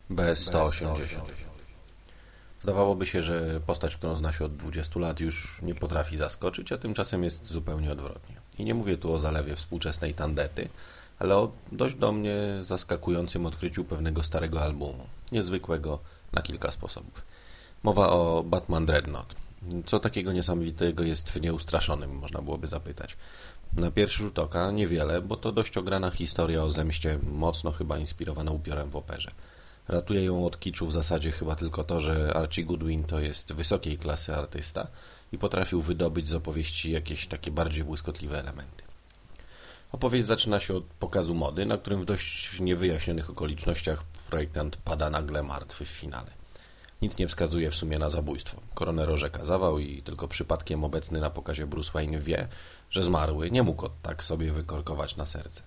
B180. Zdawałoby się, że postać, którą zna się od 20 lat, już nie potrafi zaskoczyć, a tymczasem jest zupełnie odwrotnie. I nie mówię tu o zalewie współczesnej tandety, ale o dość do mnie zaskakującym odkryciu pewnego starego albumu, niezwykłego na kilka sposobów. Mowa o Batman Dreadnought. Co takiego niesamowitego jest w Nieustraszonym, można byłoby zapytać. Na pierwszy rzut oka niewiele, bo to dość ograna historia o zemście, mocno chyba inspirowana upiorem w operze. Ratuje ją od kiczu w zasadzie chyba tylko to, że Archie Goodwin to jest wysokiej klasy artysta i potrafił wydobyć z opowieści jakieś takie bardziej błyskotliwe elementy. Opowieść zaczyna się od pokazu mody, na którym w dość niewyjaśnionych okolicznościach projektant pada nagle martwy w finale. Nic nie wskazuje w sumie na zabójstwo. Koroner orzeka zawał i tylko przypadkiem obecny na pokazie Bruce Wayne wie, że zmarły nie mógł tak sobie wykorkować na serce.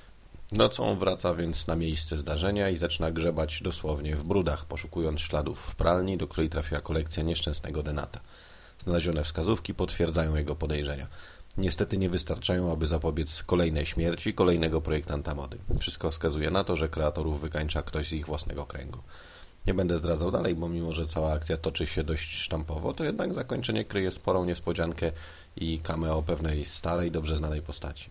Nocą wraca więc na miejsce zdarzenia i zaczyna grzebać dosłownie w brudach, poszukując śladów w pralni, do której trafiła kolekcja nieszczęsnego Denata. Znalezione wskazówki potwierdzają jego podejrzenia. Niestety nie wystarczają, aby zapobiec kolejnej śmierci kolejnego projektanta mody. Wszystko wskazuje na to, że kreatorów wykańcza ktoś z ich własnego kręgu. Nie będę zdradzał dalej, bo mimo, że cała akcja toczy się dość sztampowo, to jednak zakończenie kryje sporą niespodziankę i cameo pewnej starej, dobrze znanej postaci.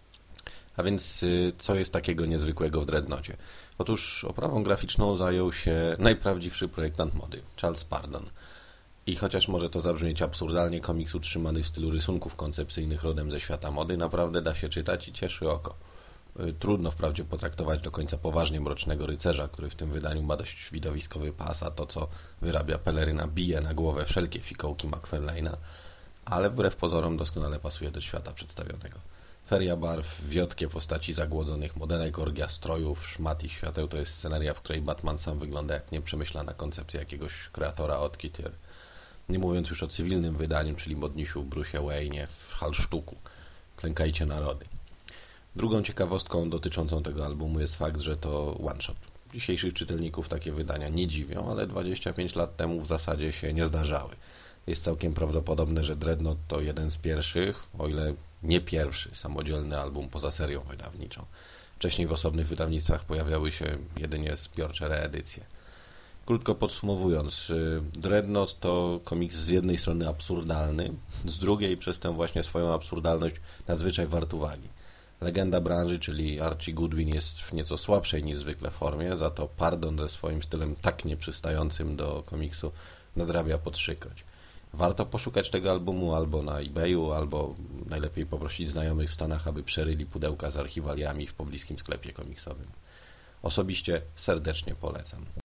A więc co jest takiego niezwykłego w Dreadnoughtie? Otóż oprawą graficzną zajął się najprawdziwszy projektant mody, Charles Pardon. I chociaż może to zabrzmieć absurdalnie, komiks utrzymany w stylu rysunków koncepcyjnych rodem ze świata mody naprawdę da się czytać i cieszy oko. Trudno wprawdzie potraktować do końca poważnie Mrocznego Rycerza, który w tym wydaniu ma dość widowiskowy pas, a to, co wyrabia peleryna, bije na głowę wszelkie fikołki McFarlane'a, ale wbrew pozorom doskonale pasuje do świata przedstawionego. Feria barw, wiotkie postaci zagłodzonych modelek, orgia strojów, szmat i świateł to jest sceneria, w której Batman sam wygląda jak nieprzemyślana koncepcja jakiegoś kreatora od Couture. Nie mówiąc już o cywilnym wydaniu, czyli modnisiu Bruce'ie Wayne'ie w halsztuku. Klękajcie narody. Drugą ciekawostką dotyczącą tego albumu jest fakt, że to one-shot. Dzisiejszych czytelników takie wydania nie dziwią, ale 25 lat temu w zasadzie się nie zdarzały. Jest całkiem prawdopodobne, że Dreadnought to jeden z pierwszych, o ile nie pierwszy, samodzielny album poza serią wydawniczą. Wcześniej w osobnych wydawnictwach pojawiały się jedynie zbiorcze reedycje. Krótko podsumowując, Dreadnought to komiks z jednej strony absurdalny, z drugiej przez tę właśnie swoją absurdalność nadzwyczaj wart uwagi. Legenda branży, czyli Archie Goodwin, jest w nieco słabszej niż zwykle formie, za to Pardon ze swoim stylem tak nieprzystającym do komiksu nadrabia po trzykroć. Warto poszukać tego albumu albo na eBayu, albo najlepiej poprosić znajomych w Stanach, aby przeryli pudełka z archiwaliami w pobliskim sklepie komiksowym. Osobiście serdecznie polecam.